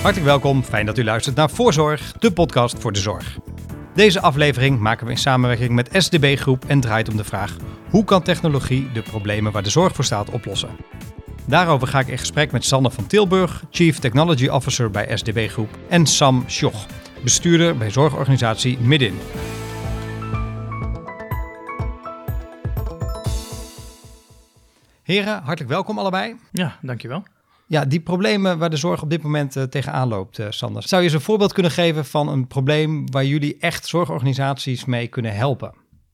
Hartelijk welkom, fijn dat u luistert naar Voorzorg, de podcast voor de zorg. Deze aflevering maken we in samenwerking met SDB Groep en draait om de vraag: hoe kan technologie de problemen waar de zorg voor staat oplossen? Daarover ga ik in gesprek met Sanne van Tilburg, Chief Technology Officer bij SDB Groep, en Sam Schoch, bestuurder bij zorgorganisatie Midin. Heren, hartelijk welkom allebei. Ja, dankjewel. Ja, die problemen waar de zorg op dit moment tegenaan loopt, Sander. Zou je eens een voorbeeld kunnen geven van een probleem waar jullie echt zorgorganisaties mee kunnen helpen?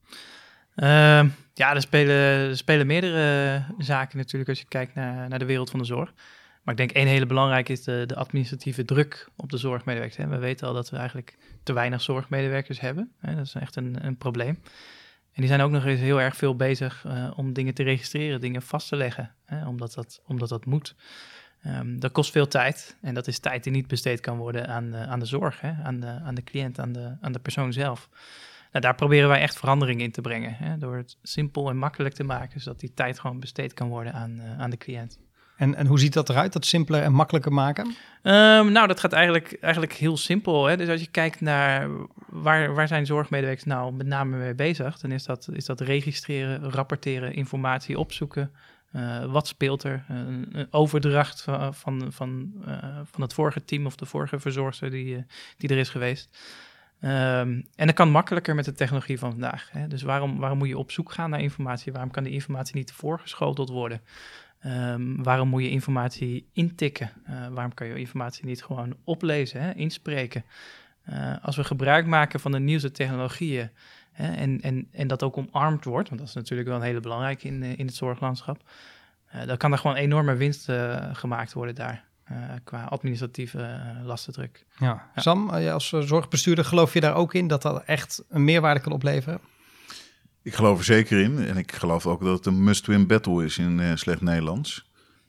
Ja, er spelen meerdere zaken natuurlijk als je kijkt naar de wereld van de zorg. Maar ik denk één hele belangrijke is de administratieve druk op de zorgmedewerkers. We weten al dat we eigenlijk te weinig zorgmedewerkers hebben. Dat is echt een probleem. En die zijn ook nog eens heel erg veel bezig om dingen te registreren, dingen vast te leggen, omdat dat moet. Dat kost veel tijd en dat is tijd die niet besteed kan worden aan de zorg, aan de cliënt, aan de persoon zelf. Nou, daar proberen wij echt verandering in te brengen, door het simpel en makkelijk te maken, zodat die tijd gewoon besteed kan worden aan de cliënt. En hoe ziet dat eruit, dat simpeler en makkelijker maken? Nou, dat gaat eigenlijk heel simpel. Dus als je kijkt naar waar zijn zorgmedewerkers nou met name mee bezig, dan is dat registreren, rapporteren, informatie opzoeken. Wat speelt er? Een overdracht van het vorige team of de vorige verzorgster die er is geweest. En dat kan makkelijker met de technologie van vandaag. Dus waarom moet je op zoek gaan naar informatie? Waarom kan die informatie niet voorgeschoteld worden? Waarom moet je informatie intikken? Waarom kan je informatie niet gewoon oplezen, inspreken? Als we gebruik maken van de nieuwste technologieën en dat ook omarmd wordt, want dat is natuurlijk wel een hele belangrijke in het zorglandschap, dan kan er gewoon enorme winst gemaakt worden daar, qua administratieve lastendruk. Ja. Sam, als zorgbestuurder, geloof je daar ook in dat dat echt een meerwaarde kan opleveren? Ik geloof er zeker in. En ik geloof ook dat het een must-win battle is in slecht Nederlands.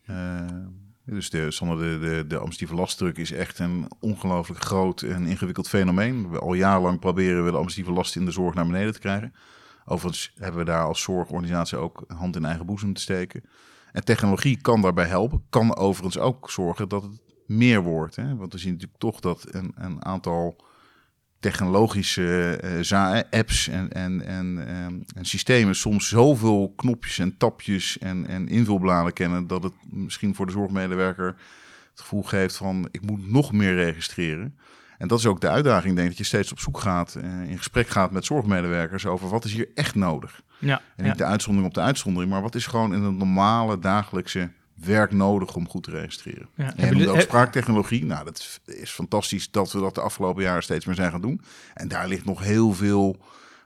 Dus de administratieve lastdruk is echt een ongelooflijk groot en ingewikkeld fenomeen. We al jarenlang proberen we de administratieve lasten in de zorg naar beneden te krijgen. Overigens hebben we daar als zorgorganisatie ook hand in eigen boezem te steken. En technologie kan daarbij helpen. Kan overigens ook zorgen dat het meer wordt. Want we zien natuurlijk toch dat een aantal technologische apps en systemen soms zoveel knopjes en tapjes en invulbladen kennen dat het misschien voor de zorgmedewerker het gevoel geeft van ik moet nog meer registreren. En dat is ook de uitdaging, denk ik, dat je steeds op zoek gaat, in gesprek gaat met zorgmedewerkers over wat is hier echt nodig. Ja, en niet de uitzondering op de uitzondering, maar wat is gewoon in het normale dagelijkse werk nodig om goed te registreren. Ja. En je noemt ook spraaktechnologie. Nou, dat is fantastisch dat we dat de afgelopen jaren steeds meer zijn gaan doen. En daar ligt nog heel veel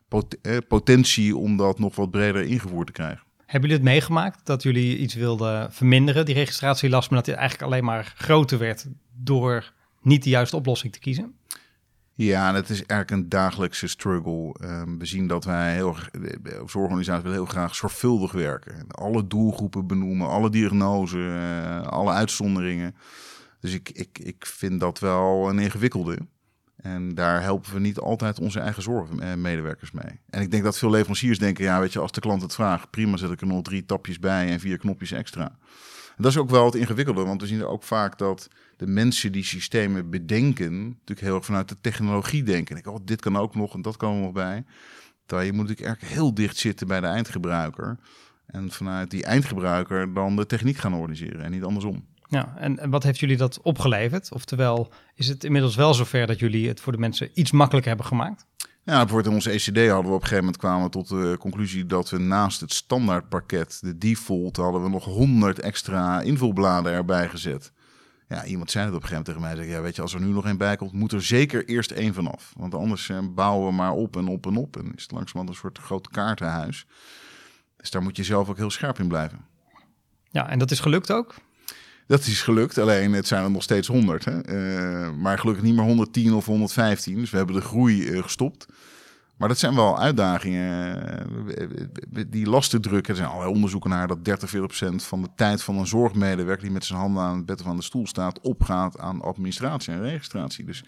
potentie om dat nog wat breder ingevoerd te krijgen. Hebben jullie het meegemaakt dat jullie iets wilden verminderen, die registratielast, maar dat het eigenlijk alleen maar groter werd door niet de juiste oplossing te kiezen? Ja, het is eigenlijk een dagelijkse struggle. We zien dat wij op zorgorganisaties willen heel graag zorgvuldig werken. Alle doelgroepen benoemen, alle diagnoses, alle uitzonderingen. Dus ik vind dat wel een ingewikkelde. En daar helpen we niet altijd onze eigen zorgmedewerkers mee. En ik denk dat veel leveranciers denken, ja, weet je, als de klant het vraagt, prima, zet ik er nog 3 tapjes bij en 4 knopjes extra. En dat is ook wel het ingewikkelde, want we zien ook vaak dat de mensen die systemen bedenken natuurlijk heel erg vanuit de technologie denken. En dit kan ook nog en dat kan er nog bij. Terwijl je moet natuurlijk erg heel dicht zitten bij de eindgebruiker. En vanuit die eindgebruiker dan de techniek gaan organiseren en niet andersom. Ja, en wat heeft jullie dat opgeleverd? Oftewel, is het inmiddels wel zover dat jullie het voor de mensen iets makkelijker hebben gemaakt? Ja, bijvoorbeeld in onze ECD hadden we op een gegeven moment kwamen tot de conclusie dat we naast het standaardpakket, de default, hadden we nog 100 extra invulbladen erbij gezet. Ja, iemand zei het op een gegeven moment tegen mij. Zei, ja, weet je, als er nu nog één bij komt, moet er zeker eerst 1 vanaf. Want anders bouwen we maar op en op en op. En is het langzamerhand een soort groot kaartenhuis. Dus daar moet je zelf ook heel scherp in blijven. Ja, en dat is gelukt ook? Dat is gelukt, alleen het zijn er nog steeds 100. Maar gelukkig niet meer 110 of 115. Dus we hebben de groei gestopt. Maar dat zijn wel uitdagingen. Die lastendruk, er zijn allerlei onderzoeken naar dat 30-40% van de tijd van een zorgmedewerker die met zijn handen aan het bed of aan de stoel staat, opgaat aan administratie en registratie. Dus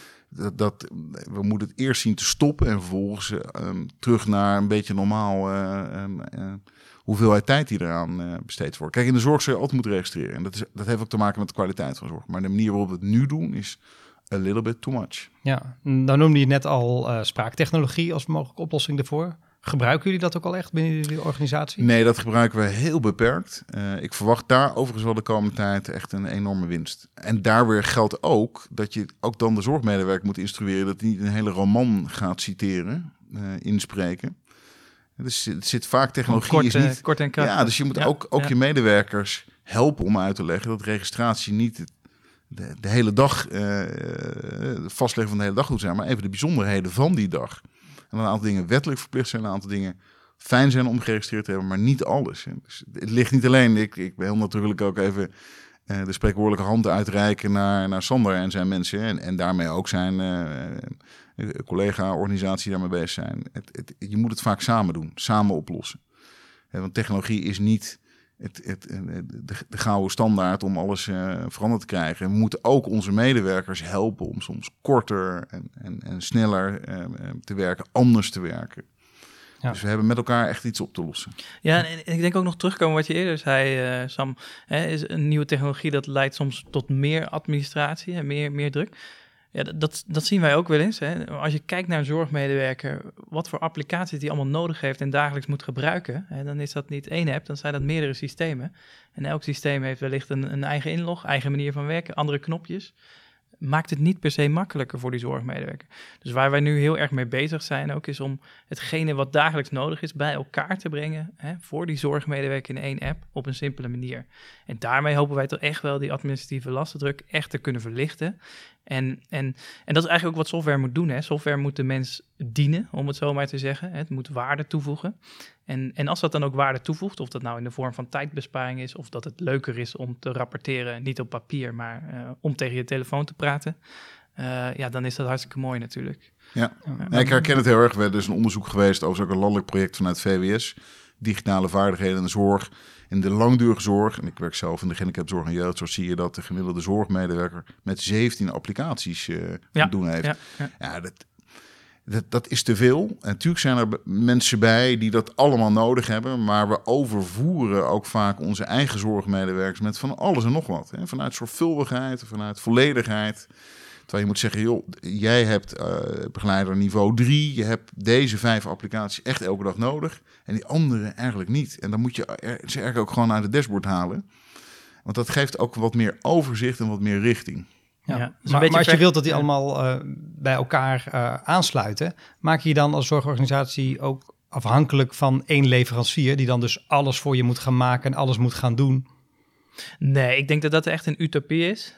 we moeten het eerst zien te stoppen en vervolgens terug naar een beetje normaal hoeveelheid tijd die eraan besteed wordt. Kijk, in de zorg zou je altijd moeten registreren. En dat heeft ook te maken met de kwaliteit van zorg. Maar de manier waarop we het nu doen is a little bit too much. Ja, nou noemde je net al spraaktechnologie als mogelijke oplossing ervoor. Gebruiken jullie dat ook al echt binnen jullie organisatie? Nee, dat gebruiken we heel beperkt. Ik verwacht daar overigens wel de komende tijd echt een enorme winst. En daar weer geldt ook dat je ook dan de zorgmedewerker moet instrueren dat hij niet een hele roman gaat citeren, inspreken. Dus het zit vaak technologie kort en krachtig. Ja, dus je moet ook je medewerkers helpen om uit te leggen dat registratie niet de hele dag vastleggen van de hele dag moet zijn, maar even de bijzonderheden van die dag. En een aantal dingen wettelijk verplicht zijn, een aantal dingen fijn zijn om geregistreerd te hebben, maar niet alles. Dus het ligt niet alleen. Ik ben heel natuurlijk ook even de spreekwoordelijke hand uitreiken naar Sander en zijn mensen en daarmee ook zijn collega-organisatie daarmee bezig zijn. Je moet het vaak samen doen, samen oplossen. Want technologie is niet de gouden standaard om alles veranderd te krijgen. We moeten ook onze medewerkers helpen om soms korter en sneller te werken, anders te werken. Ja. Dus we hebben met elkaar echt iets op te lossen. Ja, en ik denk ook nog terugkomen wat je eerder zei, Sam. Is een nieuwe technologie dat leidt soms tot meer administratie en meer druk. Ja, dat zien wij ook wel eens. Hè. Als je kijkt naar een zorgmedewerker, wat voor applicaties die allemaal nodig heeft en dagelijks moet gebruiken, hè, dan is dat niet één app, dan zijn dat meerdere systemen. En elk systeem heeft wellicht een eigen inlog, eigen manier van werken, andere knopjes. Maakt het niet per se makkelijker voor die zorgmedewerker. Dus waar wij nu heel erg mee bezig zijn ook, is om hetgene wat dagelijks nodig is bij elkaar te brengen, hè, voor die zorgmedewerker in één app op een simpele manier. En daarmee hopen wij toch echt wel die administratieve lastendruk echt te kunnen verlichten. En dat is eigenlijk ook wat software moet doen. Hè. Software moet de mens dienen, om het zo maar te zeggen. Het moet waarde toevoegen. En als dat dan ook waarde toevoegt, of dat nou in de vorm van tijdbesparing is, of dat het leuker is om te rapporteren, niet op papier, maar om tegen je telefoon te praten, dan is dat hartstikke mooi natuurlijk. Ja, ik herken het heel erg. Er is dus een onderzoek geweest over ook een landelijk project vanuit VWS, digitale vaardigheden in de zorg. In de langdurige zorg, en ik werk zelf in de gehandicaptenzorg en jeugdzorg, zie je dat de gemiddelde zorgmedewerker met 17 applicaties te doen heeft. Ja, dat is te veel. En natuurlijk zijn er mensen bij die dat allemaal nodig hebben, maar we overvoeren ook vaak onze eigen zorgmedewerkers met van alles en nog wat. Hè? Vanuit zorgvuldigheid, vanuit volledigheid. Terwijl je moet zeggen, joh, jij hebt begeleider niveau 3, je hebt deze 5 applicaties echt elke dag nodig en die andere eigenlijk niet. En dan moet je ze eigenlijk ook gewoon uit het dashboard halen. Want dat geeft ook wat meer overzicht en wat meer richting. Ja, maar als je wilt dat die allemaal bij elkaar aansluiten, maak je dan als zorgorganisatie ook afhankelijk van één leverancier die dan dus alles voor je moet gaan maken en alles moet gaan doen? Nee, ik denk dat dat echt een utopie is.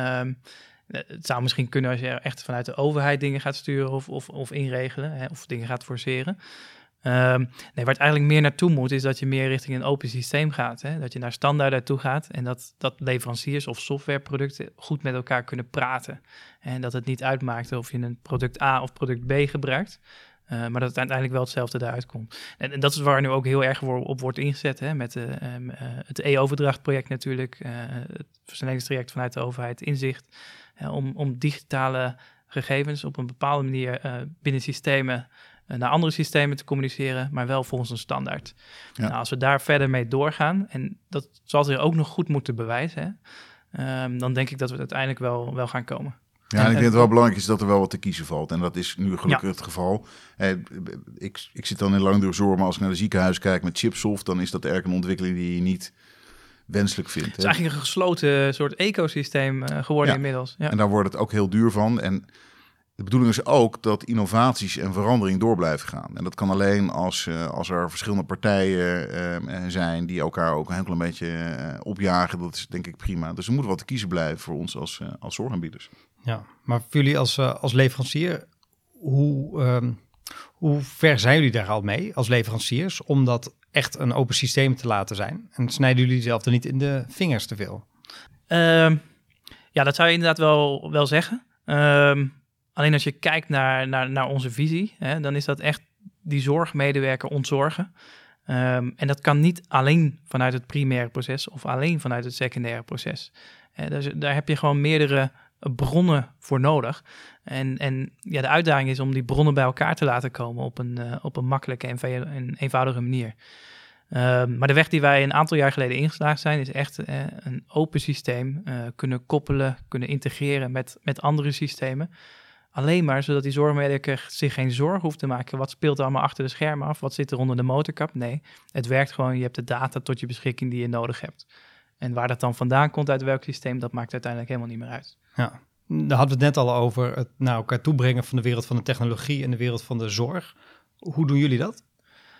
Het zou misschien kunnen als je echt vanuit de overheid dingen gaat sturen of inregelen, hè, of dingen gaat forceren. Waar het eigenlijk meer naartoe moet, is dat je meer richting een open systeem gaat. Hè? Dat je naar standaarden toe gaat en dat leveranciers of softwareproducten goed met elkaar kunnen praten. En dat het niet uitmaakt of je een product A of product B gebruikt, maar dat het uiteindelijk wel hetzelfde daaruit komt. En dat is waar nu ook heel erg op wordt ingezet, hè? Met het e-overdrachtproject natuurlijk, het versnellingstraject vanuit de overheid, Inzicht, om digitale gegevens op een bepaalde manier binnen systemen naar andere systemen te communiceren, maar wel volgens een standaard. Ja. Nou, als we daar verder mee doorgaan, en dat zal zich ook nog goed moeten bewijzen, dan denk ik dat we uiteindelijk wel gaan komen. Ja, en ik denk dat het wel belangrijk is dat er wel wat te kiezen valt. En dat is nu gelukkig het geval. Ik zit dan in langdurige zorg, maar als ik naar de ziekenhuis kijk met Chipsoft, dan is dat erg een ontwikkeling die je niet wenselijk vindt. Het is eigenlijk een gesloten soort ecosysteem geworden inmiddels. Ja. En daar wordt het ook heel duur van. En de bedoeling is ook dat innovaties en verandering door blijven gaan. En dat kan alleen als er verschillende partijen zijn die elkaar ook een heel klein beetje opjagen. Dat is denk ik prima. Dus er moet wat te kiezen blijven voor ons als zorgaanbieders. Ja, maar voor jullie als leverancier, hoe ver zijn jullie daar al mee als leveranciers om dat echt een open systeem te laten zijn? En snijden jullie zelf er niet in de vingers te veel? Ja, dat zou je inderdaad wel zeggen. Alleen als je kijkt naar onze visie, hè, dan is dat echt die zorgmedewerker ontzorgen. En dat kan niet alleen vanuit het primaire proces of alleen vanuit het secundaire proces. Dus daar heb je gewoon meerdere bronnen voor nodig. En de uitdaging is om die bronnen bij elkaar te laten komen op een makkelijke en eenvoudige manier. Maar de weg die wij een aantal jaar geleden ingeslagen zijn, is echt een open systeem kunnen koppelen, kunnen integreren met andere systemen. Alleen maar zodat die zorgmedewerker zich geen zorgen hoeft te maken. Wat speelt er allemaal achter de schermen af? Wat zit er onder de motorkap? Nee, het werkt gewoon. Je hebt de data tot je beschikking die je nodig hebt. En waar dat dan vandaan komt, uit welk systeem, dat maakt uiteindelijk helemaal niet meer uit. Ja, daar hadden we het net al over, het naar elkaar toebrengen van de wereld van de technologie en de wereld van de zorg. Hoe doen jullie dat?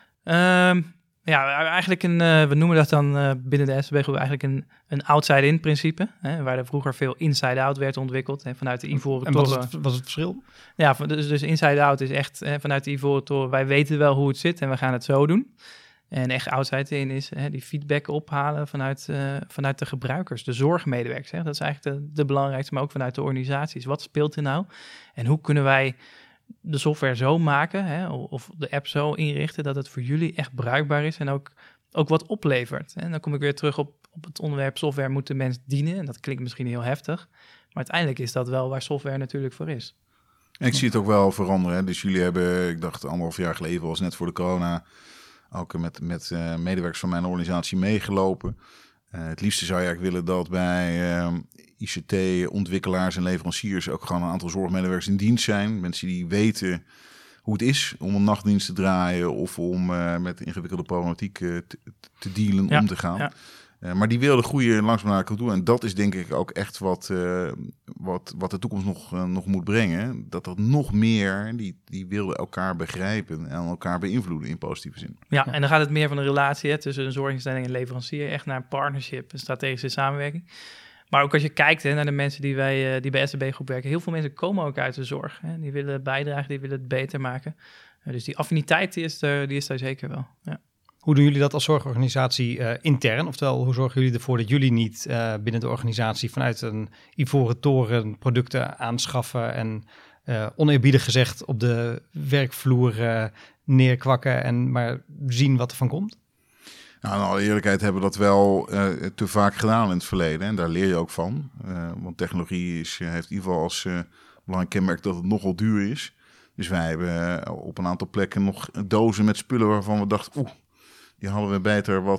Ja, eigenlijk we noemen dat dan binnen de SDB Groep eigenlijk een outside-in principe. Hè, waar er vroeger veel inside-out werd ontwikkeld. Hè, vanuit de Ivoren Toren. En wat is het verschil? Ja, dus inside-out is echt vanuit de Ivoren Toren. Wij weten wel hoe het zit en we gaan het zo doen. En echt outside-in is die feedback ophalen vanuit de gebruikers, de zorgmedewerkers. Hè. Dat is eigenlijk de belangrijkste, maar ook vanuit de organisaties. Wat speelt er nou? En hoe kunnen wij de software zo maken, of de app zo inrichten dat het voor jullie echt bruikbaar is en ook wat oplevert. En dan kom ik weer terug op het onderwerp software moet de mens dienen. En dat klinkt misschien heel heftig, maar uiteindelijk is dat wel waar software natuurlijk voor is. En ik zie het ook wel veranderen. Hè. Dus jullie hebben, ik dacht 1,5 jaar geleden, was net voor de corona, ook met medewerkers van mijn organisatie meegelopen. Het liefste zou je eigenlijk willen dat bij ICT-ontwikkelaars en leveranciers ook gewoon een aantal zorgmedewerkers in dienst zijn. Mensen die weten hoe het is om een nachtdienst te draaien of om met ingewikkelde problematiek te dealen, om te gaan. Ja. Maar die willen groeien langzaam naar elkaar toe. En dat is denk ik ook echt wat de toekomst nog moet brengen. Dat er nog meer, die willen elkaar begrijpen en elkaar beïnvloeden in positieve zin. Ja, en dan gaat het meer van een relatie tussen een zorginstelling en leverancier. Echt naar een partnership, een strategische samenwerking. Maar ook als je kijkt naar de mensen die bij SDB Groep werken. Heel veel mensen komen ook uit de zorg. Hè. Die willen bijdragen, die willen het beter maken. Dus die affiniteit die is daar zeker wel, ja. Hoe doen jullie dat als zorgorganisatie intern? Oftewel, hoe zorgen jullie ervoor dat jullie niet binnen de organisatie vanuit een Ivoren Toren producten aanschaffen en oneerbiedig gezegd op de werkvloer neerkwakken en maar zien wat er van komt? Nou, in alle eerlijkheid hebben we dat wel te vaak gedaan in het verleden. En daar leer je ook van. Want technologie heeft in ieder geval als belangrijk kenmerk dat het nogal duur is. Dus wij hebben op een aantal plekken nog dozen met spullen waarvan we dachten, die hadden we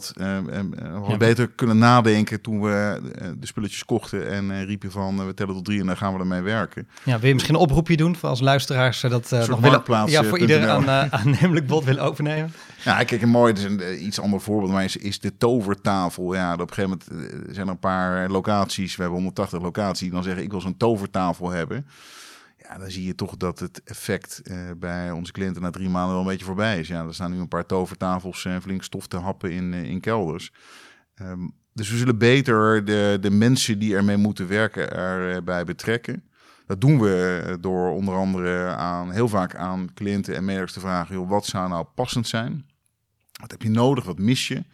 beter kunnen nadenken toen we de spulletjes kochten en riepen van we tellen tot 3 en dan gaan we ermee werken. Ja, wil je misschien een oproepje doen voor als luisteraars dat nog willen, voor ieder aannemelijk bod willen overnemen? Ja, kijk, een mooi, het is een iets ander voorbeeld, maar is de tovertafel. Ja, op een gegeven moment zijn er een paar locaties, we hebben 180 locaties, die dan zeggen ik wil zo'n tovertafel hebben. Ja, dan zie je toch dat het effect bij onze cliënten na 3 maanden wel een beetje voorbij is. Ja, er staan nu een paar tovertafels flink stof te happen in kelders. Dus we zullen beter de mensen die ermee moeten werken erbij betrekken. Dat doen we door onder andere heel vaak aan cliënten en medewerkers te vragen, joh, wat zou nou passend zijn? Wat heb je nodig? Wat mis je?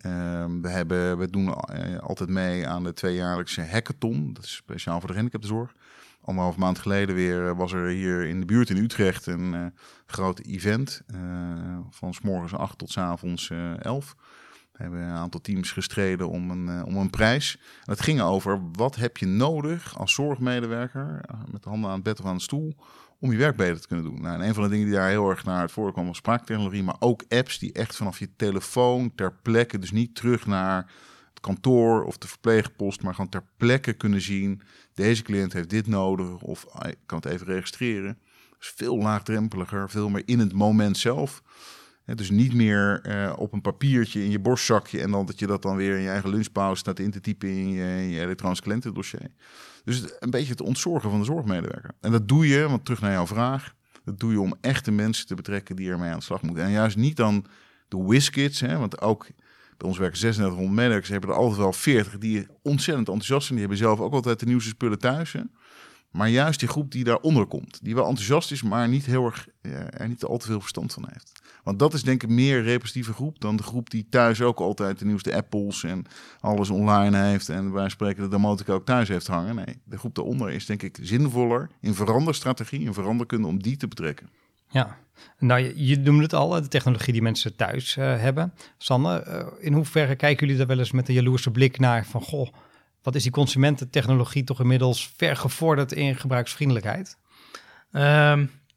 We doen altijd mee aan de 2-jaarlijkse hackathon. Dat is speciaal voor de gehandicaptenzorg. 1,5 maand geleden weer was er hier in de buurt in Utrecht een groot event. Van 's morgens 8 tot 's avonds 11. We hebben een aantal teams gestreden om een prijs. En het ging over wat heb je nodig als zorgmedewerker, met de handen aan het bed of aan de stoel, om je werk beter te kunnen doen. Nou, en een van de dingen die daar heel erg naar het voren kwam was spraaktechnologie, maar ook apps die echt vanaf je telefoon ter plekke, dus niet terug naar het kantoor of de verpleegpost, maar gewoon ter plekke kunnen zien, deze cliënt heeft dit nodig of ik kan het even registreren. Dus veel laagdrempeliger, veel meer in het moment zelf. Dus niet meer op een papiertje in je borstzakje en dan dat je dat dan weer in je eigen lunchpauze staat in te typen in je elektronisch cliëntendossier. Dus een beetje het ontzorgen van de zorgmedewerker. En dat doe je, want terug naar jouw vraag, dat doe je om echte mensen te betrekken die ermee aan de slag moeten. En juist niet dan de whiz-kids, want ook bij ons werken 3600 medewerkers, hebben er altijd wel 40 die ontzettend enthousiast zijn. Die hebben zelf ook altijd de nieuwste spullen thuis. Hè? Maar juist die groep die daaronder komt, die wel enthousiast is, maar niet er niet al te veel verstand van heeft. Want dat is denk ik meer een representatieve groep dan de groep die thuis ook altijd de nieuwste Apples en alles online heeft en wij spreken de domotica ook thuis heeft hangen. Nee, de groep daaronder is denk ik zinvoller in veranderstrategie, in veranderkunde om die te betrekken. Ja, nou je noemde het al, de technologie die mensen thuis hebben. Sanne, in hoeverre kijken jullie daar wel eens met een jaloerse blik naar van goh, wat is die consumententechnologie toch inmiddels ver gevorderd in gebruiksvriendelijkheid?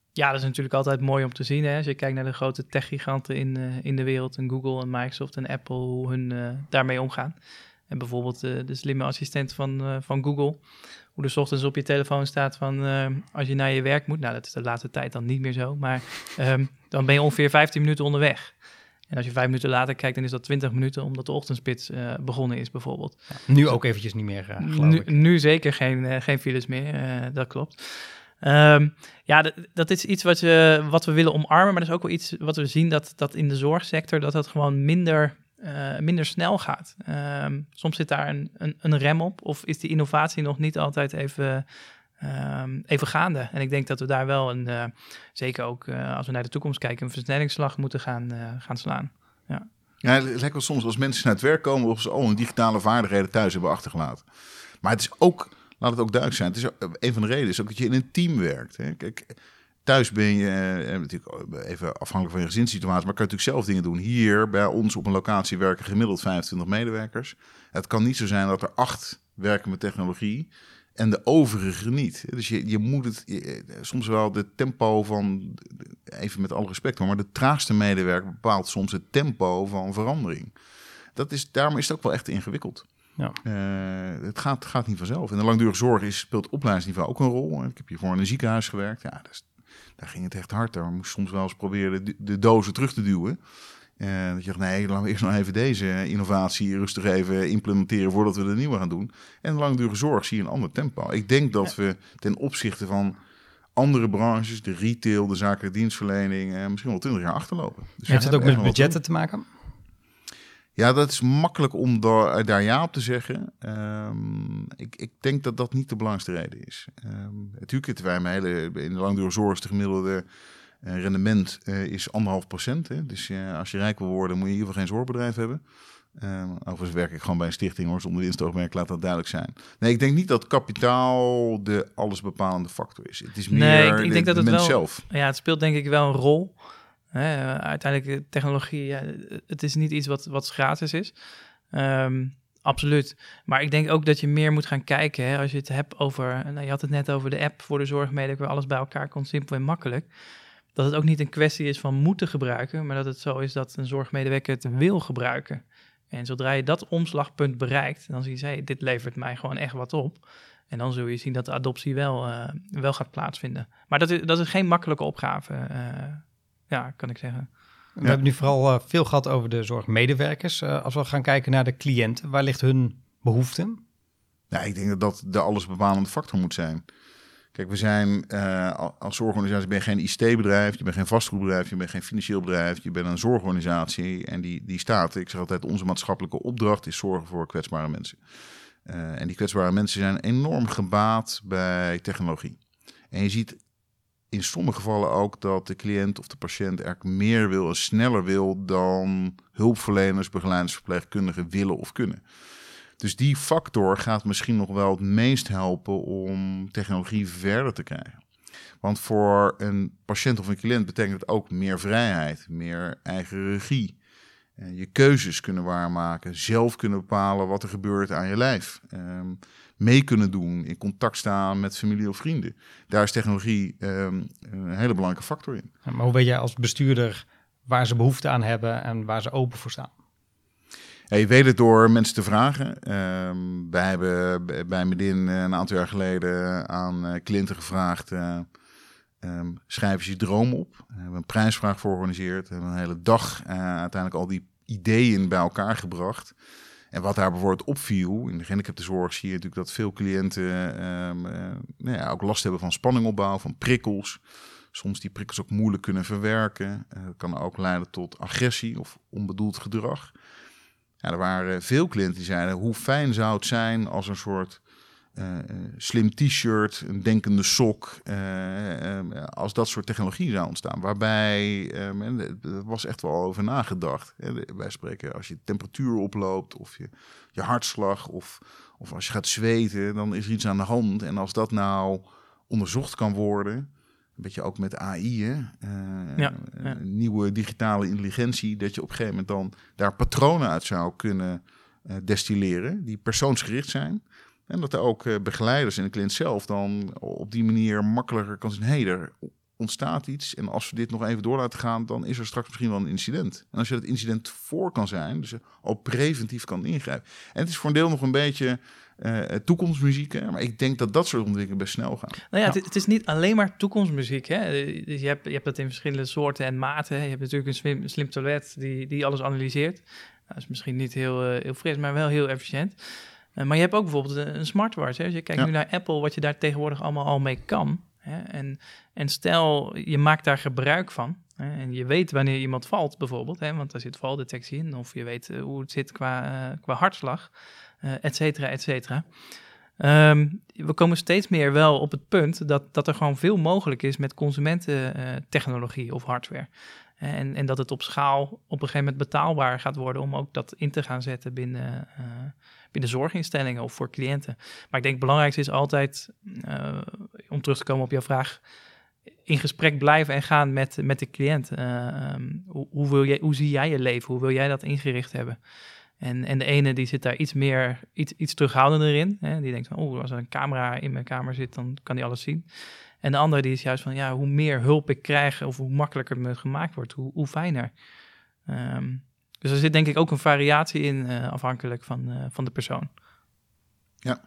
Ja, dat is natuurlijk altijd mooi om te zien. Hè? Als je kijkt naar de grote techgiganten in de wereld, en Google en Microsoft en Apple, hoe hun daarmee omgaan. En bijvoorbeeld de slimme assistent van Google, hoe er 's ochtends op je telefoon staat van als je naar je werk moet. Nou, dat is de laatste tijd dan niet meer zo, maar dan ben je ongeveer 15 minuten onderweg. En als je 5 minuten later kijkt, dan is dat 20 minuten, omdat de ochtendspits begonnen is bijvoorbeeld. Ja, nu ook eventjes niet meer, geloof ik. Nu zeker geen files meer, dat klopt. Dat is iets wat we willen omarmen, maar dat is ook wel iets wat we zien dat in de zorgsector dat gewoon minder snel gaat. Soms zit daar een rem op, of is die innovatie nog niet altijd even gaande. En ik denk dat we daar wel zeker ook als we naar de toekomst kijken, een versnellingsslag moeten gaan slaan. Ja. Ja, het lijkt wel soms als mensen naar het werk komen of ze al hun digitale vaardigheden thuis hebben achtergelaten. Maar het is ook, laat het ook duidelijk zijn, het is ook, een van de redenen is ook dat je in een team werkt. Hè. Kijk, thuis ben je natuurlijk even afhankelijk van je gezinssituatie, maar kan je natuurlijk zelf dingen doen. Hier bij ons op een locatie werken gemiddeld 25 medewerkers. Het kan niet zo zijn dat er 8 werken met technologie en de overige niet. Dus je moet soms wel de tempo van, even met alle respect hoor, maar de traagste medewerker bepaalt soms het tempo van verandering. Daarom is het ook wel echt ingewikkeld. Ja. Het gaat niet vanzelf. In de langdurige zorg speelt opleidingsniveau ook een rol. Ik heb hiervoor in een ziekenhuis gewerkt. Ja, daar ging het echt hard. Daar moest ik soms wel eens proberen de dozen terug te duwen. Dat je dacht, nee, laten we eerst nog even deze innovatie rustig even implementeren voordat we de nieuwe gaan doen. En in de langdurige zorg zie je een ander tempo. Ik denk dat we ten opzichte van andere branches, de retail, de zakelijke dienstverlening, misschien wel 20 jaar achterlopen. Dus heeft het ook met budgetten te maken? Ja, dat is makkelijk om daar ja op te zeggen. Ik denk dat dat niet de belangrijkste reden is. Natuurlijk, in de langdurige zorg is de gemiddelde rendement is 1,5%. Hè? Dus als je rijk wil worden, moet je in ieder geval geen zorgbedrijf hebben. Overigens werk ik gewoon bij een stichting hoor, zonder winstoogmerk, laat dat duidelijk zijn. Nee, ik denk niet dat kapitaal de allesbepalende factor is. Het is meer ik denk dat het mens wel, zelf. Ja, het speelt denk ik wel een rol. Uiteindelijk technologie, het is niet iets wat gratis is. Absoluut. Maar ik denk ook dat je meer moet gaan kijken. Hè, als je het hebt over, je had het net over de app voor de zorgmedewerker, waar alles bij elkaar komt, simpel en makkelijk. Dat het ook niet een kwestie is van moeten gebruiken, maar dat het zo is dat een zorgmedewerker het wil gebruiken. En zodra je dat omslagpunt bereikt, dan zie je, hey, dit levert mij gewoon echt wat op. En dan zul je zien dat de adoptie wel gaat plaatsvinden. Maar dat is geen makkelijke opgave, kan ik zeggen. We hebben nu vooral veel gehad over de zorgmedewerkers. Als we gaan kijken naar de cliënten, waar ligt hun behoefte? Nou, ik denk dat dat de allesbepalende factor moet zijn. Kijk, we zijn als zorgorganisatie ben je geen ICT-bedrijf, je bent geen vastgoedbedrijf, je bent geen financieel bedrijf, je bent een zorgorganisatie en die staat, ik zeg altijd, onze maatschappelijke opdracht is zorgen voor kwetsbare mensen. En die kwetsbare mensen zijn enorm gebaat bij technologie. En je ziet in sommige gevallen ook dat de cliënt of de patiënt eigenlijk meer wil en sneller wil dan hulpverleners, begeleiders, verpleegkundigen willen of kunnen. Dus die factor gaat misschien nog wel het meest helpen om technologie verder te krijgen. Want voor een patiënt of een cliënt betekent het ook meer vrijheid, meer eigen regie. Je keuzes kunnen waarmaken, zelf kunnen bepalen wat er gebeurt aan je lijf. Mee kunnen doen, in contact staan met familie of vrienden. Daar is technologie een hele belangrijke factor in. Maar hoe weet jij als bestuurder waar ze behoefte aan hebben en waar ze open voor staan? Ja, je weet het door mensen te vragen. Wij hebben bij Medin een aantal jaar geleden aan cliënten gevraagd, schrijf eens je droom op. We hebben een prijsvraag voor georganiseerd. We hebben een hele dag uiteindelijk al die ideeën bij elkaar gebracht. En wat daar bijvoorbeeld opviel, in de gehandicaptenzorg zie je natuurlijk dat veel cliënten ook last hebben van spanningopbouw, van prikkels. Soms die prikkels ook moeilijk kunnen verwerken. Dat kan ook leiden tot agressie of onbedoeld gedrag. Ja, er waren veel cliënten die zeiden, hoe fijn zou het zijn als een soort slim t-shirt, een denkende sok, als dat soort technologie zou ontstaan. Waarbij, er was echt wel over nagedacht. Wij spreken, als je temperatuur oploopt of je hartslag of als je gaat zweten, dan is er iets aan de hand. En als dat nou onderzocht kan worden, een beetje ook met AI, nieuwe digitale intelligentie, dat je op een gegeven moment dan daar patronen uit zou kunnen destilleren die persoonsgericht zijn. En dat er ook begeleiders en de cliënt zelf dan op die manier makkelijker kan zien, er ontstaat iets. En als we dit nog even door laten gaan, dan is er straks misschien wel een incident. En als je dat incident voor kan zijn, dus al preventief kan ingrijpen. En het is voor een deel nog een beetje toekomstmuziek. Hè? Maar ik denk dat dat soort ontwikkelingen best snel gaan. Nou ja, het is niet alleen maar toekomstmuziek. Hè? Dus je hebt dat in verschillende soorten en maten. Je hebt natuurlijk een slim toilet die alles analyseert. Dat is misschien niet heel fris, maar wel heel efficiënt. Maar je hebt ook bijvoorbeeld een smartwatch. Hè? Als je kijkt nu naar Apple, wat je daar tegenwoordig allemaal al mee kan. Hè? En stel, je maakt daar gebruik van. Hè? En je weet wanneer iemand valt bijvoorbeeld. Hè? Want daar zit valdetectie in. Of je weet hoe het zit qua hartslag. Et cetera, et cetera. We komen steeds meer wel op het punt dat er gewoon veel mogelijk is met consumententechnologie of hardware. En dat het op schaal op een gegeven moment betaalbaar gaat worden om ook dat in te gaan zetten binnen zorginstellingen of voor cliënten. Maar ik denk het belangrijkste is altijd, om terug te komen op jouw vraag, in gesprek blijven en gaan met de cliënt. Hoe zie jij je leven? Hoe wil jij dat ingericht hebben? En de ene die zit daar iets terughoudender in. Hè? Die denkt van, als er een camera in mijn kamer zit, dan kan die alles zien. En de andere die is juist van, hoe meer hulp ik krijg of hoe makkelijker het me gemaakt wordt, hoe fijner. Dus er zit denk ik ook een variatie in, afhankelijk van de persoon. Ja.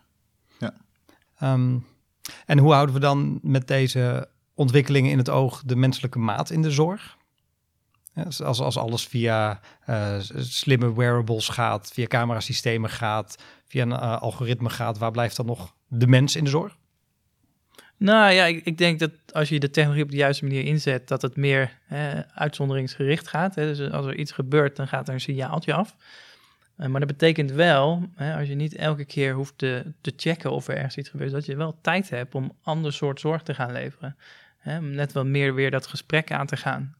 En hoe houden we dan met deze ontwikkelingen in het oog de menselijke maat in de zorg? Ja, als alles via slimme wearables gaat, via camerasystemen gaat, via een algoritme gaat, waar blijft dan nog de mens in de zorg? Nou ja, ik denk dat als je de technologie op de juiste manier inzet, dat het meer uitzonderingsgericht gaat. Hè? Dus als er iets gebeurt, dan gaat er een signaaltje af. Maar dat betekent wel, als je niet elke keer hoeft te checken of er ergens iets gebeurt, dat je wel tijd hebt om ander soort zorg te gaan leveren. Om net wat meer weer dat gesprek aan te gaan.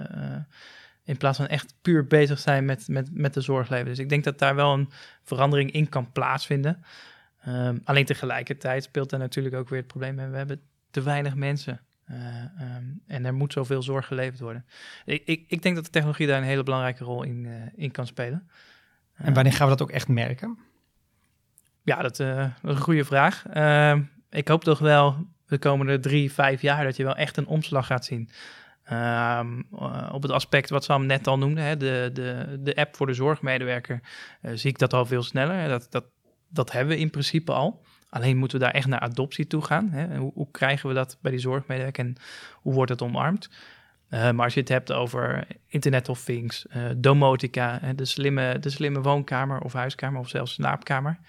In plaats van echt puur bezig zijn met de zorgleven. Dus ik denk dat daar wel een verandering in kan plaatsvinden. Alleen tegelijkertijd speelt daar natuurlijk ook weer het probleem. We hebben te weinig mensen. En er moet zoveel zorg geleverd worden. Ik denk dat de technologie daar een hele belangrijke rol in kan spelen. En wanneer gaan we dat ook echt merken? Ja, dat is een goede vraag. Ik hoop toch wel de komende 3-5 jaar dat je wel echt een omslag gaat zien. Op het aspect wat Sam net al noemde, hè, de app voor de zorgmedewerker, zie ik dat al veel sneller. Dat hebben we in principe al. Alleen moeten we daar echt naar adoptie toe gaan. Hè? Hoe krijgen we dat bij die zorgmedewerker en hoe wordt het omarmd? Maar als je het hebt over Internet of Things, domotica, de slimme woonkamer of huiskamer of zelfs slaapkamer.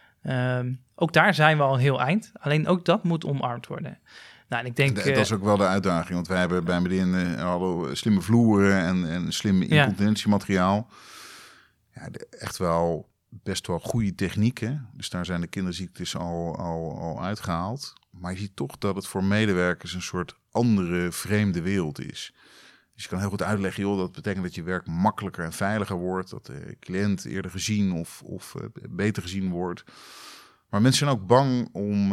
Ook daar zijn we al een heel eind. Alleen ook dat moet omarmd worden. Nou, en ik denk, dat is ook wel de uitdaging. Want wij hebben bij Medin slimme vloeren en slimme incontinentiemateriaal. Ja, echt wel best wel goede technieken. Dus daar zijn de kinderziektes al uitgehaald. Maar je ziet toch dat het voor medewerkers een soort andere vreemde wereld is. Dus je kan heel goed uitleggen, joh, dat betekent dat je werk makkelijker en veiliger wordt. Dat de cliënt eerder gezien of beter gezien wordt. Maar mensen zijn ook bang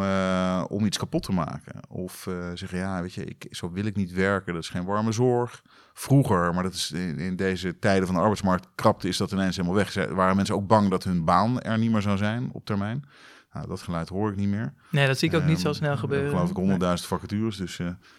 om iets kapot te maken. Of zeggen, weet je, zo wil ik niet werken. Dat is geen warme zorg. Vroeger, maar dat is in deze tijden van de arbeidsmarkt krapte, is dat ineens helemaal weg. Waren mensen ook bang dat hun baan er niet meer zou zijn op termijn. Nou, dat geluid hoor ik niet meer. Nee, dat zie ik ook niet zo snel gebeuren. Geloof ik 100.000 vacatures, dus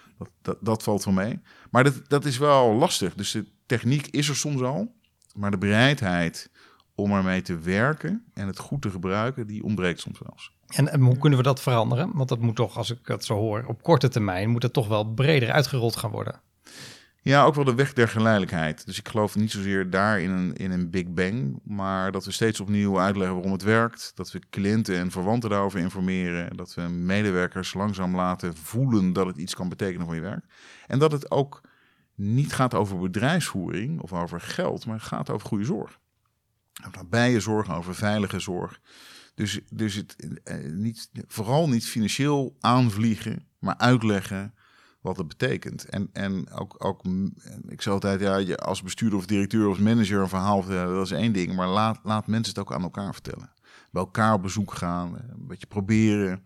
dat valt wel mee. Maar dat is wel lastig. Dus de techniek is er soms al, maar de bereidheid om ermee te werken en het goed te gebruiken, die ontbreekt soms wel eens. En hoe kunnen we dat veranderen? Want dat moet toch, als ik het zo hoor, op korte termijn moet het toch wel breder uitgerold gaan worden. Ja, ook wel de weg der geleidelijkheid. Dus ik geloof niet zozeer daar in een big bang, maar dat we steeds opnieuw uitleggen waarom het werkt. Dat we cliënten en verwanten daarover informeren. Dat we medewerkers langzaam laten voelen dat het iets kan betekenen voor je werk. En dat het ook niet gaat over bedrijfsvoering of over geld, maar het gaat over goede zorg. Over bijenzorg, over veilige zorg. Dus het vooral niet financieel aanvliegen, maar uitleggen wat het betekent. En ook ik zeg altijd, je als bestuurder of directeur of manager een verhaal vertellen, dat is één ding. Maar laat mensen het ook aan elkaar vertellen. Bij elkaar op bezoek gaan, een beetje proberen.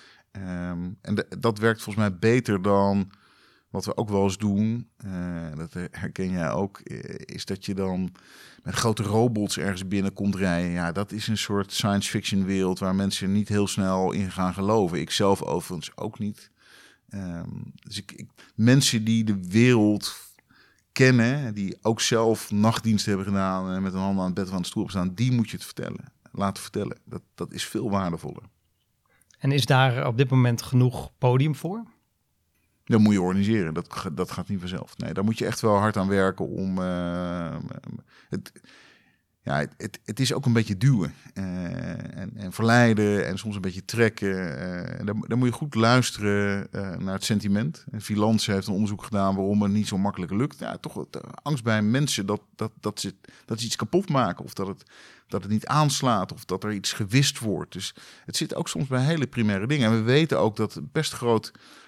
En dat werkt volgens mij beter dan wat we ook wel eens doen. Dat herken jij ook, is dat je dan met grote robots ergens binnen komt rijden. Ja, dat is een soort science fiction wereld waar mensen niet heel snel in gaan geloven. Ik zelf overigens ook niet. Dus mensen die de wereld kennen, die ook zelf nachtdiensten hebben gedaan en met een hand aan het bed van de stoel staan, die moet je het laten vertellen. Dat is veel waardevoller. En is daar op dit moment genoeg podium voor? Dat moet je organiseren. Dat gaat niet vanzelf. Nee, daar moet je echt wel hard aan werken om... Het is ook een beetje duwen en verleiden en soms een beetje trekken. En dan moet je goed luisteren naar het sentiment. En Vilans heeft een onderzoek gedaan waarom het niet zo makkelijk lukt. Ja, toch angst bij mensen dat ze iets kapot maken of dat het niet aanslaat of dat er iets gewist wordt. Dus het zit ook soms bij hele primaire dingen. En we weten ook dat een best groot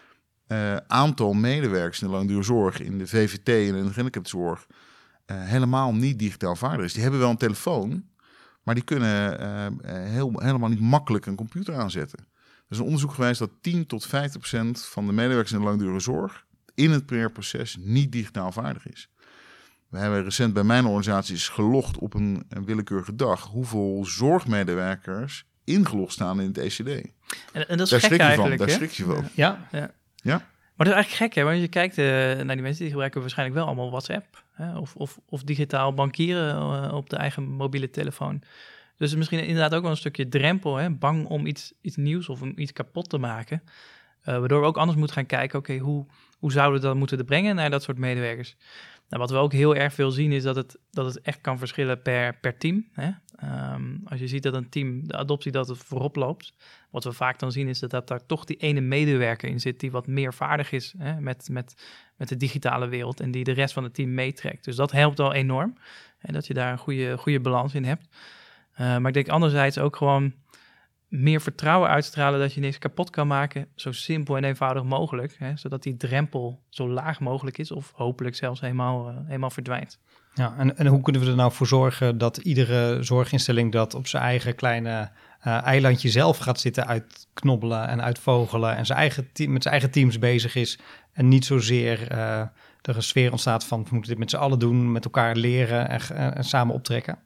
aantal medewerkers in de langdurige zorg, in de VVT en in de gehandicaptenzorg, helemaal niet digitaal vaardig is. Die hebben wel een telefoon, maar die kunnen helemaal niet makkelijk een computer aanzetten. Er is een onderzoek geweest dat 10 tot 50% van de medewerkers in de langdurige zorg in het primair proces niet digitaal vaardig is. We hebben recent bij mijn organisatie gelogd op een willekeurige dag hoeveel zorgmedewerkers ingelogd staan in het ECD. En dat is daar gek eigenlijk. Daar schrik je van. Ja. Maar dat is eigenlijk gek, hè? Want je kijkt naar die mensen, die gebruiken waarschijnlijk wel allemaal WhatsApp. Hè? Of digitaal bankieren op de eigen mobiele telefoon. Dus misschien inderdaad ook wel een stukje drempel, hè? Bang om iets nieuws of om iets kapot te maken. Waardoor we ook anders moeten gaan kijken, oké, hoe zouden we dat moeten brengen naar dat soort medewerkers? Nou, wat we ook heel erg veel zien is dat het echt kan verschillen per team. Hè? Als je ziet dat een team, de adoptie dat het voorop loopt, wat we vaak dan zien is dat daar toch die ene medewerker in zit die wat meer vaardig is, hè, met de digitale wereld en die de rest van het team meetrekt. Dus dat helpt al enorm, hè, dat je daar een goede balans in hebt. Maar ik denk anderzijds ook gewoon meer vertrouwen uitstralen dat je niks kapot kan maken, zo simpel en eenvoudig mogelijk, hè, zodat die drempel zo laag mogelijk is of hopelijk zelfs helemaal verdwijnt. Ja, en hoe kunnen we er nou voor zorgen dat iedere zorginstelling dat op zijn eigen kleine eilandje zelf gaat zitten uitknobbelen en uitvogelen en met zijn eigen teams bezig is en niet zozeer er een sfeer ontstaat van we moeten dit met z'n allen doen, met elkaar leren en samen optrekken?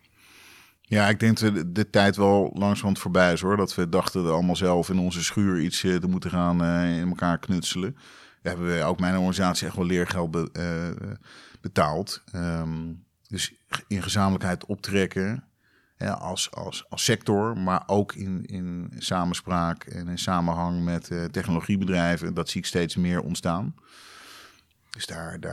Ja, ik denk dat de tijd wel langzamerhand voorbij is, hoor. Dat we dachten allemaal zelf in onze schuur iets te moeten gaan in elkaar knutselen. Daar hebben we ook mijn organisatie echt wel leergeld betaald. Dus in gezamenlijkheid optrekken, als sector, maar ook in samenspraak en in samenhang met technologiebedrijven. Dat zie ik steeds meer ontstaan. Dus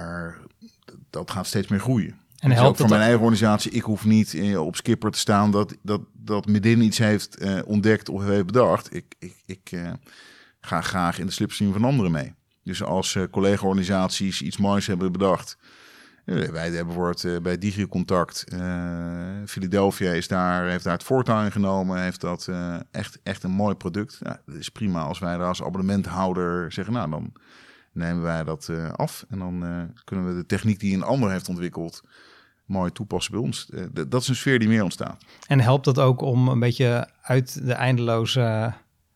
dat gaat steeds meer groeien. En helpt ook voor mijn eigen organisatie, ik hoef niet op Skipper te staan dat Medin iets heeft ontdekt of heeft bedacht. Ik ga graag in de slipstream van anderen mee. Dus als collega-organisaties iets moois hebben bedacht. Wij hebben bijvoorbeeld bij DigiContact, Philadelphia heeft daar het voortouw in genomen. Heeft dat echt een mooi product. Ja, dat is prima als wij daar als abonnementhouder zeggen, nou dan nemen wij dat af. En dan kunnen we de techniek die een ander heeft ontwikkeld mooi toepassen bij ons. Dat is een sfeer die meer ontstaat. En helpt dat ook om een beetje uit de eindeloze...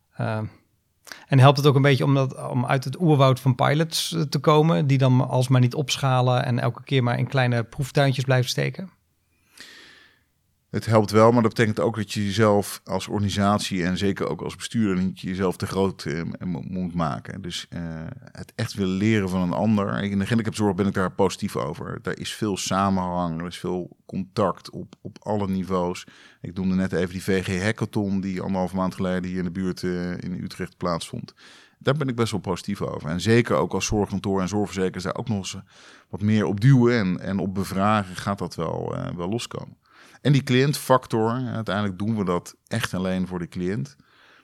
en helpt het ook een beetje om uit het oerwoud van pilots te komen, die dan alsmaar niet opschalen en elke keer maar in kleine proeftuintjes blijven steken? Het helpt wel, maar dat betekent ook dat je jezelf als organisatie en zeker ook als bestuurder niet jezelf te groot moet maken. Dus het echt willen leren van een ander. In de gehandicaptenzorg ben ik daar positief over. Daar is veel samenhang, er is veel contact op alle niveaus. Ik noemde net even die VG Hackathon die 1,5 maand geleden hier in de buurt in Utrecht plaatsvond. Daar ben ik best wel positief over. En zeker ook als zorgkantoor en zorgverzekeraars daar ook nog eens wat meer op duwen en op bevragen gaat dat wel loskomen. En die cliëntfactor, uiteindelijk doen we dat echt alleen voor de cliënt.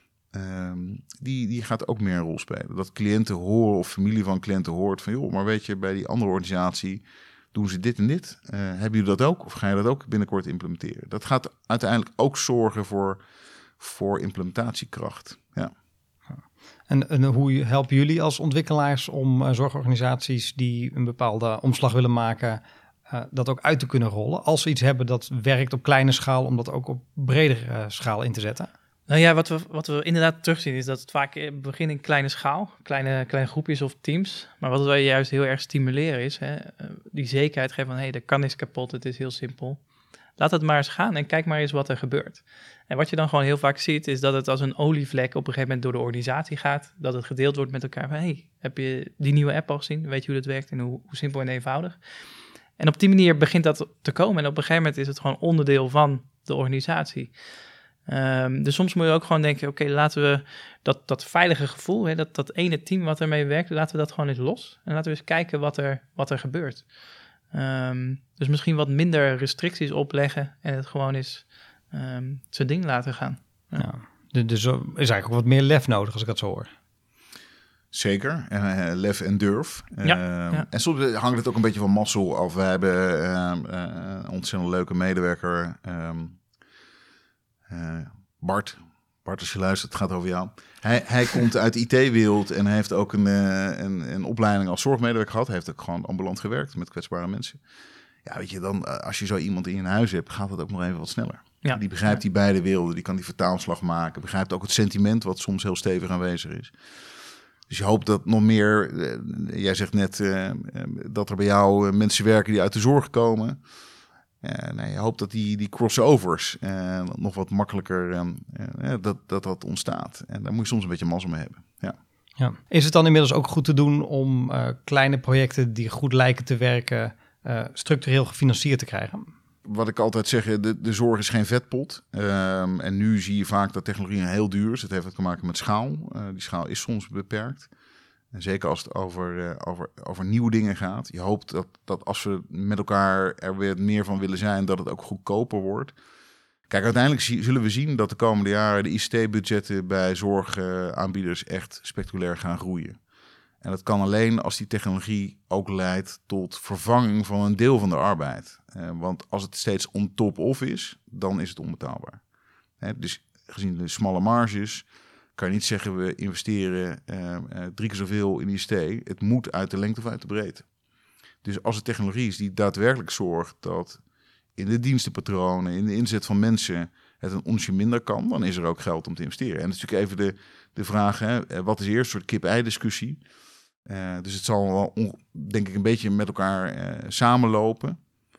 Die gaat ook meer een rol spelen. Dat cliënten horen of familie van cliënten hoort van, joh, maar weet je, bij die andere organisatie doen ze dit en dit. Hebben jullie dat ook? Of ga je dat ook binnenkort implementeren? Dat gaat uiteindelijk ook zorgen voor implementatiekracht. Ja. En hoe helpen jullie als ontwikkelaars om zorgorganisaties die een bepaalde omslag willen maken, dat ook uit te kunnen rollen? Als ze iets hebben dat werkt op kleine schaal, om dat ook op bredere schaal in te zetten? Nou ja, wat we inderdaad terugzien is dat het vaak begint in kleine schaal, kleine groepjes of teams. Maar wat wij juist heel erg stimuleren is die zekerheid geven van, er kan niks kapot, het is heel simpel. laat het maar eens gaan en kijk maar eens wat er gebeurt. En wat je dan gewoon heel vaak ziet, is dat het als een olievlek op een gegeven moment door de organisatie gaat. Dat het gedeeld wordt met elkaar van, hey, heb je die nieuwe app al gezien? Weet je hoe dat werkt en hoe simpel en eenvoudig? En op die manier begint dat te komen. En op een gegeven moment is het gewoon onderdeel van de organisatie. Dus soms moet je ook gewoon denken, oké, laten we dat veilige gevoel, hè, dat ene team wat ermee werkt, laten we dat gewoon eens los. En laten we eens kijken wat er gebeurt. Dus misschien wat minder restricties opleggen en het gewoon eens zijn ding laten gaan. Ja. Dus er is eigenlijk ook wat meer lef nodig als ik dat zo hoor. Zeker, lef en durf. Ja. En soms hangt het ook een beetje van mazzel af. We hebben een ontzettend leuke medewerker, Bart. Bart, als je luistert, het gaat over jou. Hij komt uit de IT-wereld en heeft ook een opleiding als zorgmedewerker gehad. Hij heeft ook gewoon ambulant gewerkt met kwetsbare mensen. Ja, weet je, dan als je zo iemand in je huis hebt, gaat het ook nog even wat sneller. Ja. Die begrijpt die beide werelden, die kan die vertaalslag maken. Begrijpt ook het sentiment wat soms heel stevig aanwezig is. Dus je hoopt dat nog meer, jij zegt net dat er bij jou mensen werken die uit de zorg komen. Je hoopt dat die crossovers nog wat makkelijker dat ontstaat. En daar moet je soms een beetje mazzel mee hebben. Ja. Ja. Is het dan inmiddels ook goed te doen om kleine projecten die goed lijken te werken structureel gefinancierd te krijgen? Wat ik altijd zeg, de zorg is geen vetpot. En nu zie je vaak dat technologie heel duur is. Het heeft te maken met schaal. Die schaal is soms beperkt. En zeker als het over nieuwe dingen gaat. Je hoopt dat als we met elkaar er weer meer van willen zijn, dat het ook goedkoper wordt. Kijk, uiteindelijk zullen we zien dat de komende jaren de ICT-budgetten bij zorgaanbieders echt spectaculair gaan groeien. En dat kan alleen als die technologie ook leidt tot vervanging van een deel van de arbeid. Want als het steeds on top of is, dan is het onbetaalbaar. Dus gezien de smalle marges kan je niet zeggen we investeren 3 keer zoveel in ICT. Het moet uit de lengte of uit de breedte. Dus als het technologie is die daadwerkelijk zorgt dat in de dienstenpatronen, in de inzet van mensen het een onsje minder kan, dan is er ook geld om te investeren. En dat is natuurlijk even de vraag, wat is eerst een soort kip-ei discussie? Dus het zal wel, denk ik, een beetje met elkaar samenlopen.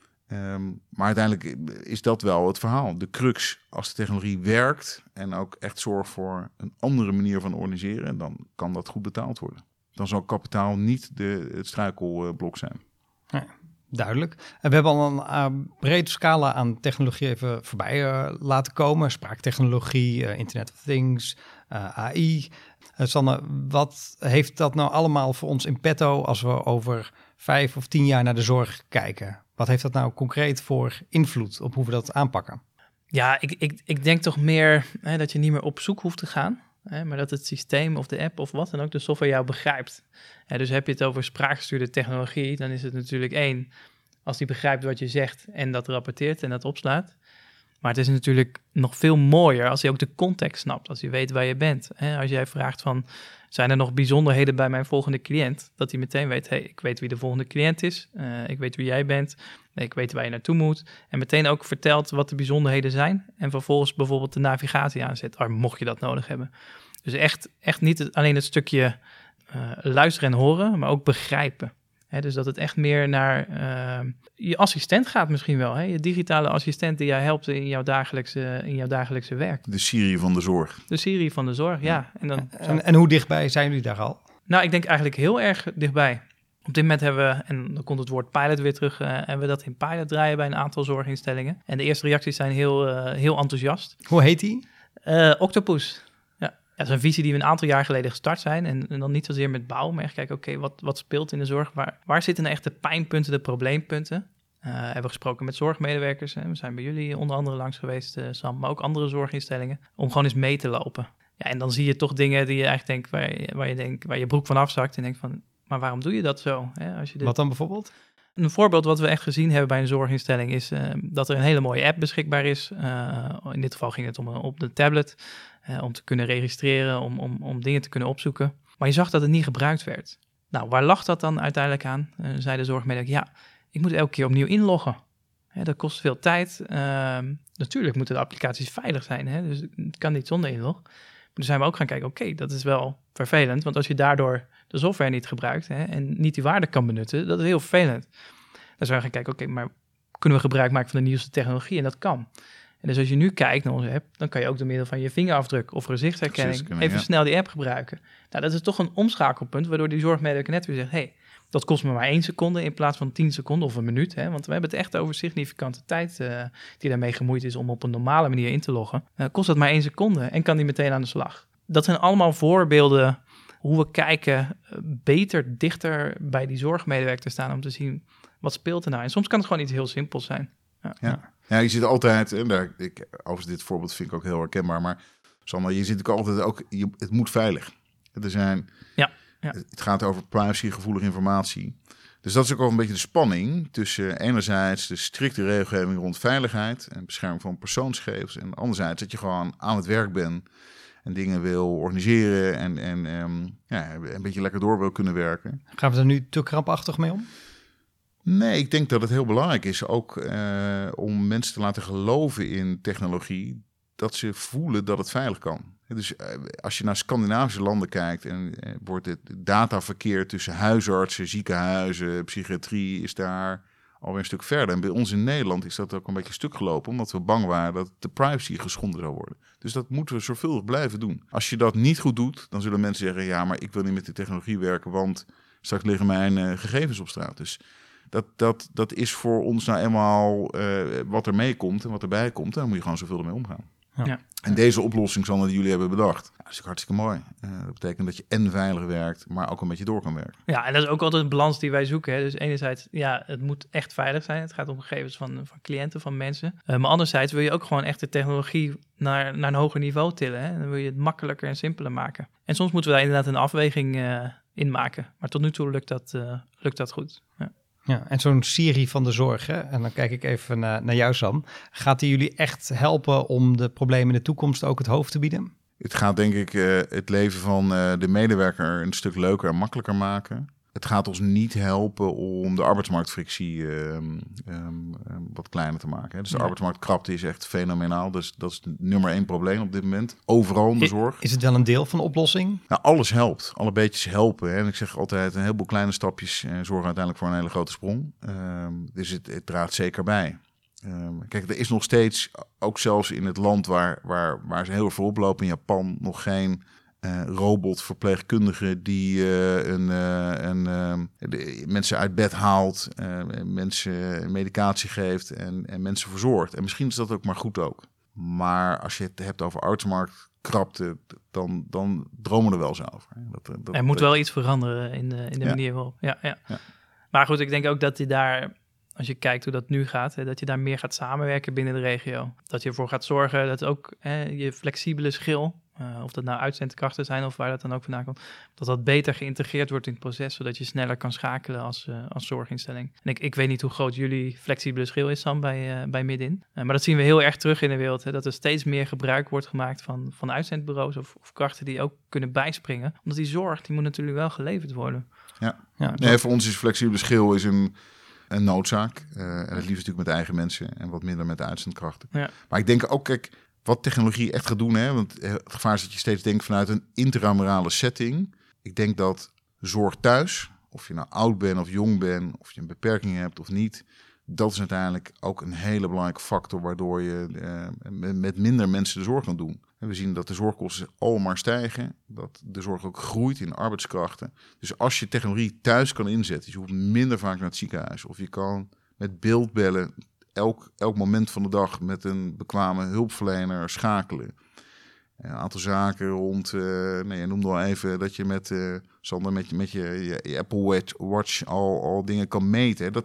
Maar uiteindelijk is dat wel het verhaal. De crux, als de technologie werkt en ook echt zorgt voor een andere manier van organiseren, dan kan dat goed betaald worden. Dan zal kapitaal niet het struikelblok zijn. Ja, duidelijk. En we hebben al een brede scala aan technologie even voorbij laten komen. Spraaktechnologie, Internet of Things, AI. Sanne, wat heeft dat nou allemaal voor ons in petto als we over 5 of 10 jaar naar de zorg kijken? Wat heeft dat nou concreet voor invloed op hoe we dat aanpakken? Ja, ik denk toch meer dat je niet meer op zoek hoeft te gaan. Maar dat het systeem of de app of wat dan ook, de software jou begrijpt. Dus heb je het over spraakgestuurde technologie, dan is het natuurlijk 1, als die begrijpt wat je zegt en dat rapporteert en dat opslaat. Maar het is natuurlijk nog veel mooier als hij ook de context snapt, als hij weet waar je bent. Als jij vraagt van, zijn er nog bijzonderheden bij mijn volgende cliënt? Dat hij meteen weet, hey, ik weet wie de volgende cliënt is, ik weet wie jij bent, ik weet waar je naartoe moet. En meteen ook vertelt wat de bijzonderheden zijn en vervolgens bijvoorbeeld de navigatie aanzet, mocht je dat nodig hebben. Dus echt niet alleen het stukje luisteren en horen, maar ook begrijpen. Dus dat het echt meer naar je assistent gaat misschien wel. Je digitale assistent die jou helpt in jouw dagelijkse werk. De Siri van de zorg. De Siri van de zorg, ja. En hoe dichtbij zijn jullie daar al? Nou, ik denk eigenlijk heel erg dichtbij. Op dit moment hebben we, en dan komt het woord pilot weer terug, hebben we dat in pilot draaien bij een aantal zorginstellingen. En de eerste reacties zijn heel enthousiast. Hoe heet die? Octopus. Ja, dat is een visie die we een aantal jaar geleden gestart zijn. En dan niet zozeer met bouw, maar echt kijken, oké, wat speelt in de zorg? Waar zitten nou echt de pijnpunten, de probleempunten? Hebben we gesproken met zorgmedewerkers. We zijn bij jullie onder andere langs geweest, Sam, maar ook andere zorginstellingen. Om gewoon eens mee te lopen. Ja, en dan zie je toch dingen die je eigenlijk denkt, waar je broek van afzakt. En denkt van, maar waarom doe je dat zo? Als je Wat dan bijvoorbeeld? Een voorbeeld wat we echt gezien hebben bij een zorginstelling is dat er een hele mooie app beschikbaar is. In dit geval ging het om op de tablet. Om te kunnen registreren, om dingen te kunnen opzoeken. Maar je zag dat het niet gebruikt werd. Nou, waar lag dat dan uiteindelijk aan? Zei de zorgmedewerker, ja, ik moet elke keer opnieuw inloggen. Dat kost veel tijd. Natuurlijk moeten de applicaties veilig zijn, dus het kan niet zonder inlog. Maar toen zijn we ook gaan kijken, oké, dat is wel vervelend. Want als je daardoor de software niet gebruikt en niet die waarde kan benutten, dat is heel vervelend. Dan zijn we gaan kijken, oké, maar kunnen we gebruik maken van de nieuwste technologie? En dat kan. En dus als je nu kijkt naar onze app, dan kan je ook door middel van je vingerafdruk of gezichtsherkenning even snel die app gebruiken. Nou, dat is toch een omschakelpunt, waardoor die zorgmedewerker net weer zegt, hey, dat kost me maar 1 seconde in plaats van 10 seconden of een minuut. Hè? Want we hebben het echt over significante tijd die daarmee gemoeid is om op een normale manier in te loggen. Kost dat maar 1 seconde en kan die meteen aan de slag. Dat zijn allemaal voorbeelden hoe we kijken beter dichter bij die zorgmedewerker te staan om te zien wat speelt er nou. En soms kan het gewoon iets heel simpels zijn. Ja, je zit altijd, en overigens dit voorbeeld vind ik ook heel herkenbaar, maar Sander, je zit ook altijd ook, het moet veilig. Er zijn, Het gaat over privacygevoelige informatie. Dus dat is ook al een beetje de spanning tussen enerzijds de strikte regelgeving rond veiligheid en bescherming van persoonsgegevens en anderzijds dat je gewoon aan het werk bent en dingen wil organiseren en een beetje lekker door wil kunnen werken. Gaan we er nu te krampachtig mee om? Nee, ik denk dat het heel belangrijk is ook om mensen te laten geloven in technologie, dat ze voelen dat het veilig kan. Dus als je naar Scandinavische landen kijkt en wordt het dataverkeer tussen huisartsen, ziekenhuizen, psychiatrie is daar alweer een stuk verder. En bij ons in Nederland is dat ook een beetje stuk gelopen, omdat we bang waren dat de privacy geschonden zou worden. Dus dat moeten we zorgvuldig blijven doen. Als je dat niet goed doet, dan zullen mensen zeggen, ja, maar ik wil niet met de technologie werken, want straks liggen mijn gegevens op straat. Dus dat is voor ons nou eenmaal wat er meekomt en wat erbij komt. En daar moet je gewoon zoveel mee omgaan. Ja. En deze oplossing, Sander, die jullie hebben bedacht, dat is ook hartstikke mooi. Dat betekent dat je en veilig werkt, maar ook een beetje door kan werken. Ja, en dat is ook altijd een balans die wij zoeken. Hè. Dus enerzijds, het moet echt veilig zijn. Het gaat om gegevens van cliënten, van mensen. Maar anderzijds wil je ook gewoon echt de technologie naar een hoger niveau tillen. Hè. Dan wil je het makkelijker en simpeler maken. En soms moeten we daar inderdaad een afweging in maken. Maar tot nu toe lukt dat goed. Ja. Ja, en zo'n Siri van de zorg, hè? En dan kijk ik even naar jou, Sam. Gaat die jullie echt helpen om de problemen in de toekomst ook het hoofd te bieden? Het gaat denk ik het leven van de medewerker een stuk leuker en makkelijker maken. Het gaat ons niet helpen om de arbeidsmarktfrictie wat kleiner te maken. Dus de arbeidsmarktkrapte is echt fenomenaal. Dus dat is het nummer 1 probleem op dit moment. Overal in de zorg. Is het wel een deel van de oplossing? Nou, alles helpt. Alle beetjes helpen. Hè. En ik zeg altijd, een heleboel kleine stapjes zorgen uiteindelijk voor een hele grote sprong. Dus het draagt zeker bij. Kijk, er is nog steeds, ook zelfs in het land waar ze heel erg voorop lopen, in Japan, nog geen robotverpleegkundige die mensen uit bed haalt, mensen medicatie geeft en mensen verzorgt. En misschien is dat ook maar goed ook. Maar als je het hebt over arbeidsmarktkrapte, dan dromen we er wel eens over. Er moet wel iets veranderen in de manier waarop. Ja. Maar goed, ik denk ook dat je daar, als je kijkt hoe dat nu gaat, dat je daar meer gaat samenwerken binnen de regio. Dat je ervoor gaat zorgen dat ook je flexibele schil, of dat nou uitzendkrachten zijn of waar dat dan ook vandaan komt, dat beter geïntegreerd wordt in het proces, zodat je sneller kan schakelen als zorginstelling. En ik weet niet hoe groot jullie flexibele schil is, Sam, bij Midin. Maar dat zien we heel erg terug in de wereld, dat er steeds meer gebruik wordt gemaakt van uitzendbureaus of krachten die ook kunnen bijspringen. Omdat die zorg, die moet natuurlijk wel geleverd worden. Nee, voor ons is flexibele schil is een noodzaak. En het liefst natuurlijk met eigen mensen en wat minder met de uitzendkrachten. Ja. Maar ik denk ook, kijk, wat technologie echt gaat doen, hè, want het gevaar is dat je steeds denkt vanuit een intramurale setting. Ik denk dat zorg thuis, of je nou oud bent of jong bent, of je een beperking hebt of niet, dat is uiteindelijk ook een hele belangrijke factor waardoor je met minder mensen de zorg kan doen. En we zien dat de zorgkosten allemaal stijgen, dat de zorg ook groeit in arbeidskrachten. Dus als je technologie thuis kan inzetten, dus je hoeft minder vaak naar het ziekenhuis, of je kan met beeldbellen elk moment van de dag met een bekwame hulpverlener schakelen. Een aantal zaken rond, je noemde al even dat je Sander, met je Apple Watch al dingen kan meten.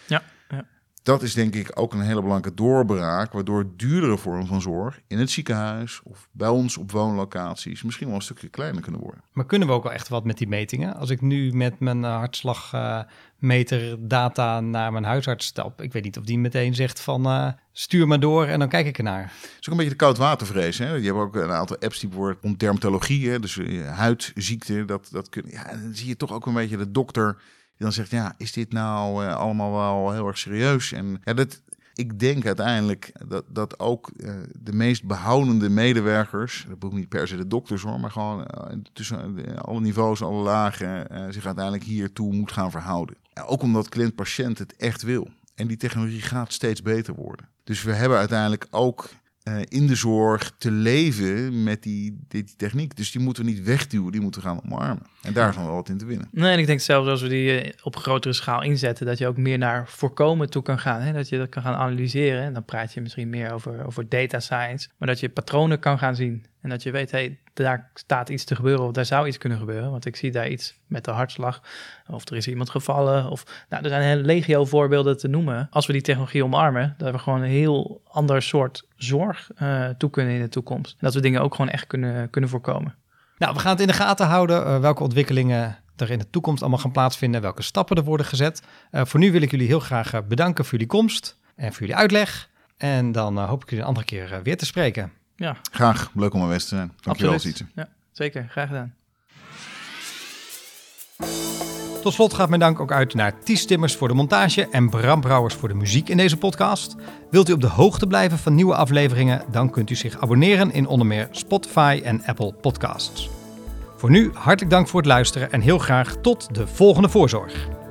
Dat is denk ik ook een hele belangrijke doorbraak, waardoor duurdere vormen van zorg in het ziekenhuis of bij ons op woonlocaties misschien wel een stukje kleiner kunnen worden. Maar kunnen we ook wel echt wat met die metingen? Als ik nu met mijn hartslagmeter data naar mijn huisarts stap, ik weet niet of die meteen zegt van stuur maar door en dan kijk ik ernaar. Het is ook een beetje de koudwatervrees. Hè? Je hebt ook een aantal apps die worden om dermatologie, hè? Dus huidziekte, dat kunnen. Ja, dan zie je toch ook een beetje de dokter die dan zegt, is dit nou allemaal wel heel erg serieus? En ik denk uiteindelijk dat ook de meest behoudende medewerkers, dat hoeft niet per se de dokters hoor, maar gewoon tussen alle niveaus, alle lagen, zich uiteindelijk hiertoe moet gaan verhouden. Ook omdat cliënt-patiënt het echt wil. En die technologie gaat steeds beter worden. Dus we hebben uiteindelijk ook in de zorg te leven met die techniek. Dus die moeten we niet wegduwen, die moeten we gaan omarmen. En daar is nog wel wat in te winnen. Nee, en ik denk zelfs als we die op grotere schaal inzetten, dat je ook meer naar voorkomen toe kan gaan. Hè? Dat je dat kan gaan analyseren. En dan praat je misschien meer over data science. Maar dat je patronen kan gaan zien. En dat je weet, hey, daar staat iets te gebeuren of daar zou iets kunnen gebeuren. Want ik zie daar iets met de hartslag. Of er is iemand gevallen. Of, er zijn een hele legio voorbeelden te noemen. Als we die technologie omarmen, dat we gewoon een heel ander soort zorg toe kunnen in de toekomst. En dat we dingen ook gewoon echt kunnen voorkomen. Nou, we gaan het in de gaten houden welke ontwikkelingen er in de toekomst allemaal gaan plaatsvinden. Welke stappen er worden gezet. Voor nu wil ik jullie heel graag bedanken voor jullie komst en voor jullie uitleg. En dan hoop ik jullie een andere keer weer te spreken. Ja. Graag, leuk om aanwezig te zijn. Dankjewel, Sietse. Ja, zeker. Graag gedaan. Tot slot gaat mijn dank ook uit naar Ties Timmers voor de montage en Bram Brouwers voor de muziek in deze podcast. Wilt u op de hoogte blijven van nieuwe afleveringen, dan kunt u zich abonneren in onder meer Spotify en Apple Podcasts. Voor nu hartelijk dank voor het luisteren en heel graag tot de volgende Voorzorg.